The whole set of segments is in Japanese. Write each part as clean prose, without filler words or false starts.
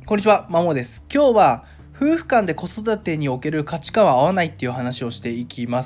こんにちは、まもです。今日は夫婦間で子育てにおける価値観は合わないっていう話をしていきます。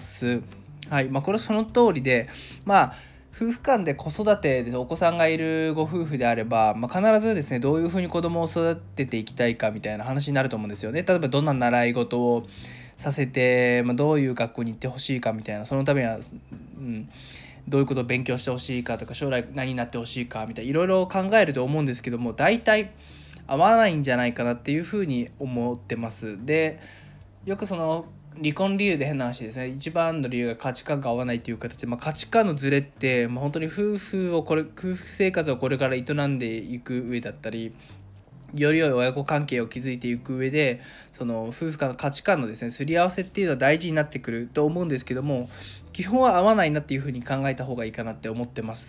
はい、これはその通りで、夫婦間で子育てでお子さんがいるご夫婦であれば、必ずですね、どういうふうに子供を育てていきたいかみたいな話になると思うんですよね。例えばどんな習い事をさせて、どういう学校に行ってほしいかみたいな、そのためには、どういうことを勉強してほしいかとか、将来何になってほしいかみたいないろいろ考えると思うんですけども、大体合わないんじゃないかなっていうふうに思ってます。で、よくその離婚理由で変な話ですね、一番の理由が価値観が合わないという形で、価値観のズレって、本当に夫婦生活をこれから営んでいく上だったり、より良い親子関係を築いていく上で、その夫婦間の価値観のですねすり合わせっていうのは大事になってくると思うんですけども、基本は合わないなっていうふうに考えた方がいいかなって思ってます。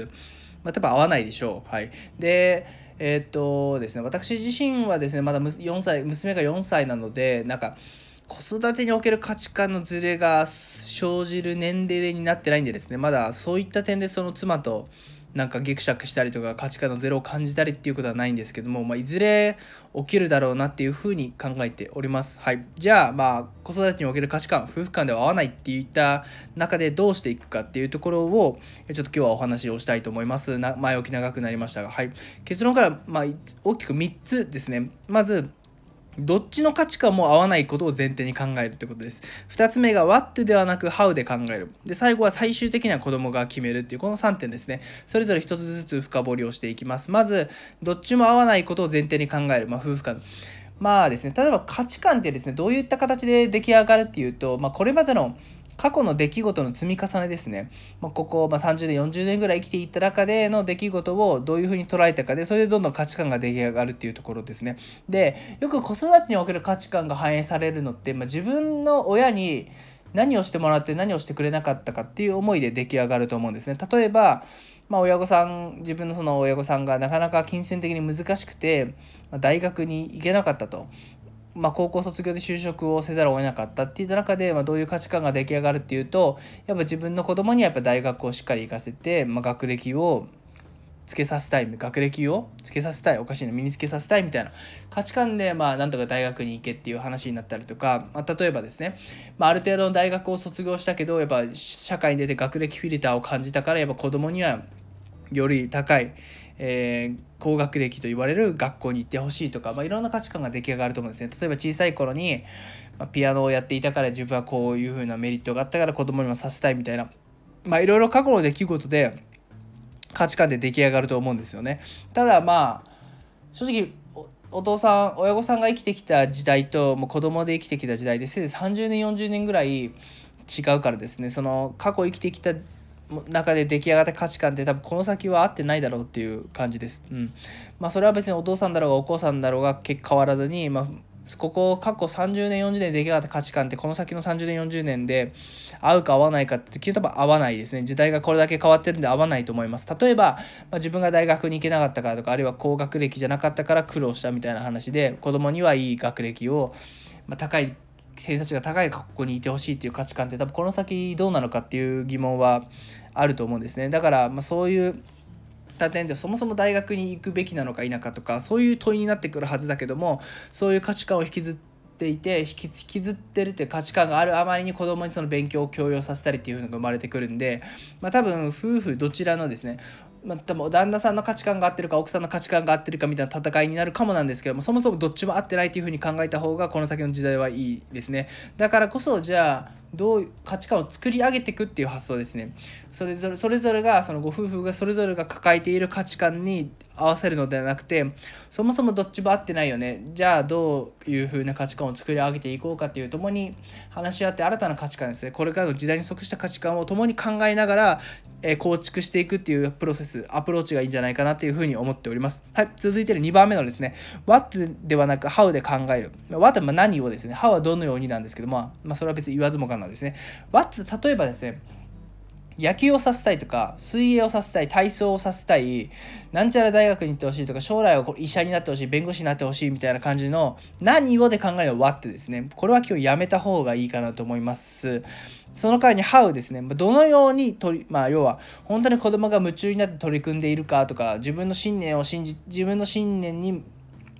多分合わないでしょう。はい。でですね、私自身はですね、まだ4歳娘が4歳なので、子育てにおける価値観のズレが生じる年齢になってないんでですね、まだそういった点でその妻とギクシャクしたりとか価値観のゼロを感じたりっていうことはないんですけども、いずれ起きるだろうなっていうふうに考えております。はい。じゃあ子育てにおける価値観、夫婦間では合わないっていった中でどうしていくかっていうところをちょっと今日はお話をしたいと思います。前置き長くなりましたが、はい。結論から大きく3つですね。まずどっちの価値観も合わないことを前提に考えるということです。2つ目が What ではなく How で考える。で、最後は最終的には子供が決めるっていうこの3点ですね。それぞれ1つずつ深掘りをしていきます。まず、どっちも合わないことを前提に考える。夫婦間。ですね、例えば価値観ってですね、どういった形で出来上がるっていうと、これまでの過去の出来事の積み重ねですね。ここ、30年、40年ぐらい生きていった中での出来事をどういうふうに捉えたかで、それでどんどん価値観が出来上がるっていうところですね。で、よく子育てにおける価値観が反映されるのって、自分の親に何をしてもらって何をしてくれなかったかっていう思いで出来上がると思うんですね。例えば、自分のその親御さんがなかなか金銭的に難しくて、大学に行けなかったと。高校卒業で就職をせざるを得なかったっていった中で、どういう価値観が出来上がるっていうと、やっぱ自分の子供にはやっぱ大学をしっかり行かせて、学歴をつけさせたい、学歴をつけさせたい、おかしいな、身につけさせたいみたいな価値観で、なんとか大学に行けっていう話になったりとか、例えばですね、ある程度の大学を卒業したけど、やっぱ社会に出て学歴フィルターを感じたから、やっぱ子供にはより高い、高学歴と言われる学校に行ってほしいとか、いろんな価値観が出来上がると思うんですね。例えば小さい頃に、ピアノをやっていたから自分はこういう風なメリットがあったから子供にもさせたいみたいな、いろいろ過去の出来事で価値観で出来上がると思うんですよね。ただ正直お父さん親御さんが生きてきた時代ともう子供で生きてきた時代でせいぜい30年40年ぐらい違うからですね、その過去生きてきた中で出来上がった価値観って多分この先は合ってないだろうっていう感じです。それは別にお父さんだろうがお母さんだろうが結果変わらずに、ここ過去30年40年で出来上がった価値観ってこの先の30年40年で合うか合わないかって聞いたら合わないですね。時代がこれだけ変わってるんで合わないと思います。例えば、自分が大学に行けなかったからとか、あるいは高学歴じゃなかったから苦労したみたいな話で、子供にはいい学歴を、高い偏差値が高い学校にいてほしいっていう価値観って多分この先どうなのかっていう疑問はあると思うんですね。だからそういう点でそもそも大学に行くべきなのか否かとか、そういう問いになってくるはずだけども、そういう価値観を引きずっていて引きずってるっていう価値観があるあまりに子供にその勉強を強要させたりっていうのが生まれてくるんで、多分夫婦どちらのですね、多分旦那さんの価値観が合ってるか奥さんの価値観が合ってるかみたいな戦いになるかもなんですけども、そもそもどっちも合ってないというふうに考えた方がこの先の時代はいいですね。だからこそ、じゃあどういう価値観を作り上げていくっていう発想ですね。それぞれがそのご夫婦がそれぞれが抱えている価値観に合わせるのではなくて、そもそもどっちも合ってないよね、じゃあどういう風な価値観を作り上げていこうかっていう、共に話し合って新たな価値観ですね、これからの時代に即した価値観を共に考えながら、構築していくっていうアプローチがいいんじゃないかなというふうに思っております。はい、続いてる2番目のですね、What ではなく How で考える。What は何をですね、How はどのようになんですけども、それは別に言わずもがなですね。What、例えばですね、野球をさせたいとか、水泳をさせたい、体操をさせたい、なんちゃら大学に行ってほしいとか、将来は医者になってほしい、弁護士になってほしいみたいな感じの何をで考えるの What ですね。これは今日やめた方がいいかなと思います。その代わりに How ですね。どのように要は本当に子供が夢中になって取り組んでいるかとか、自分の信念に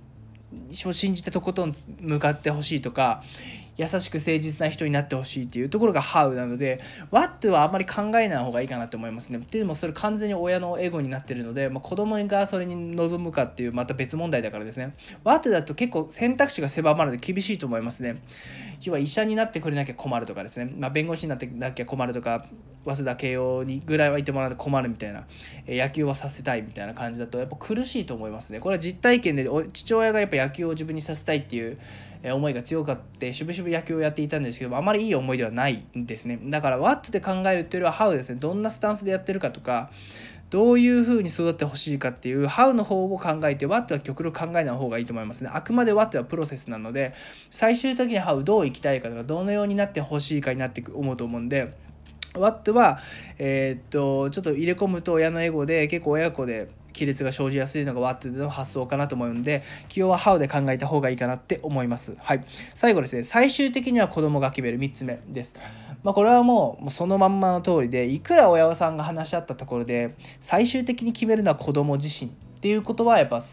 信じてとことん向かってほしいとか、優しく誠実な人になってほしいっていうところが How なので、 What はあんまり考えない方がいいかなと思いますね。でもそれ完全に親のエゴになってるので、子供がそれに望むかっていうまた別問題だからですね。 What だと結構選択肢が狭まるので厳しいと思いますね。要は医者になってくれなきゃ困るとかですね、弁護士になってなきゃ困るとか、早稲田慶応にぐらいはいてもらわないと困るみたいな、野球はさせたいみたいな感じだとやっぱ苦しいと思いますね。これは実体験で父親がやっぱ野球を自分にさせたいっていう思いが強かってしぶしぶ野球をやっていたんですけど、あまりいい思いではないんですね。だから What で考えるっていうよりは How ですね。どんなスタンスでやってるかとか、どういう風に育ってほしいかっていう How の方を考えて What は極力考えない方がいいと思いますね。あくまで What はプロセスなので、最終的に How どう生きたいかとか、どのようになってほしいかになって思うと思うんで、What はちょっと入れ込むと親のエゴで結構親子で亀裂が生じやすいのが What の発想かなと思うので、起用は How で考えた方がいいかなって思います。はい。最後ですね、最終的には子供が決める3つ目です。これはもうそのまんまの通りで、いくら親御さんが話し合ったところで最終的に決めるのは子供自身っていうことはやっぱ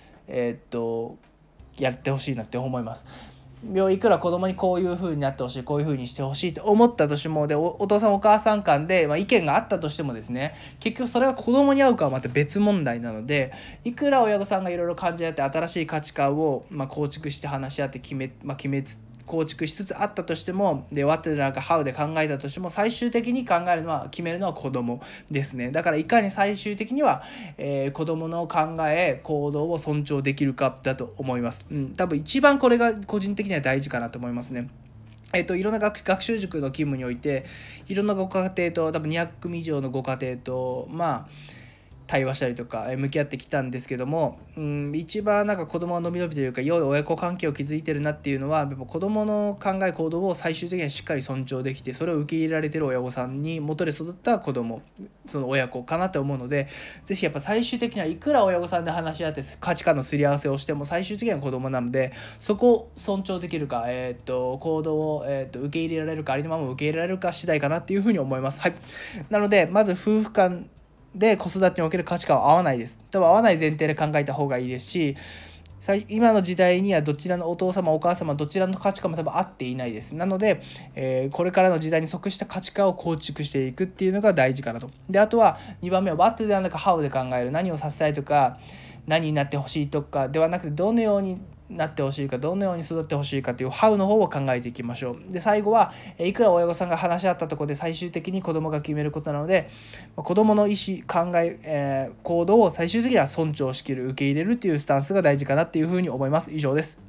やってほしいなって思います。いくら子供にこういう風になってほしい、こういう風にしてほしいと思ったとしても、で お父さんお母さん間で、意見があったとしてもですね、結局それが子供に合うかはまた別問題なので、いくら親御さんがいろいろ感じ合って新しい価値観を構築して話し合って構築しつつあったとしても、で What でなんか How で考えたとしても、最終的に決めるのは子供ですね。だからいかに最終的には、子供の考え行動を尊重できるかだと思います。多分一番これが個人的には大事かなと思いますね。いろんな学習塾の勤務において、いろんなご家庭と多分200組以上のご家庭と対話したりとか向き合ってきたんですけども、一番なんか子供が伸び伸びというか良い親子関係を築いてるなっていうのは、やっぱ子供の考え行動を最終的にはしっかり尊重できて、それを受け入れられてる親御さんに元で育った子供、その親子かなと思うので、ぜひやっぱ最終的にはいくら親御さんで話し合って価値観のすり合わせをしても、最終的には子供なので、そこを尊重できるか、行動を、受け入れられるか、ありのまま受け入れられるか次第かなっていうふうに思います。はい。なのでまず夫婦間で子育てにおける価値観は合わないです。多分合わない前提で考えた方がいいですし、今の時代にはどちらのお父様お母様どちらの価値観も多分合っていないです。なので、これからの時代に即した価値観を構築していくっていうのが大事かなと。であとは2番目は What ではなく How で考える。何をさせたいとか、何になってほしいとかではなくて、どのようになってほしいか、どのように育ってほしいかという How の方を考えていきましょう。で最後はいくら親御さんが話し合ったところで最終的に子供が決めることなので、子供の意思考え、行動を最終的には尊重しきる、受け入れるっていうスタンスが大事かなっていうふうに思います。以上です。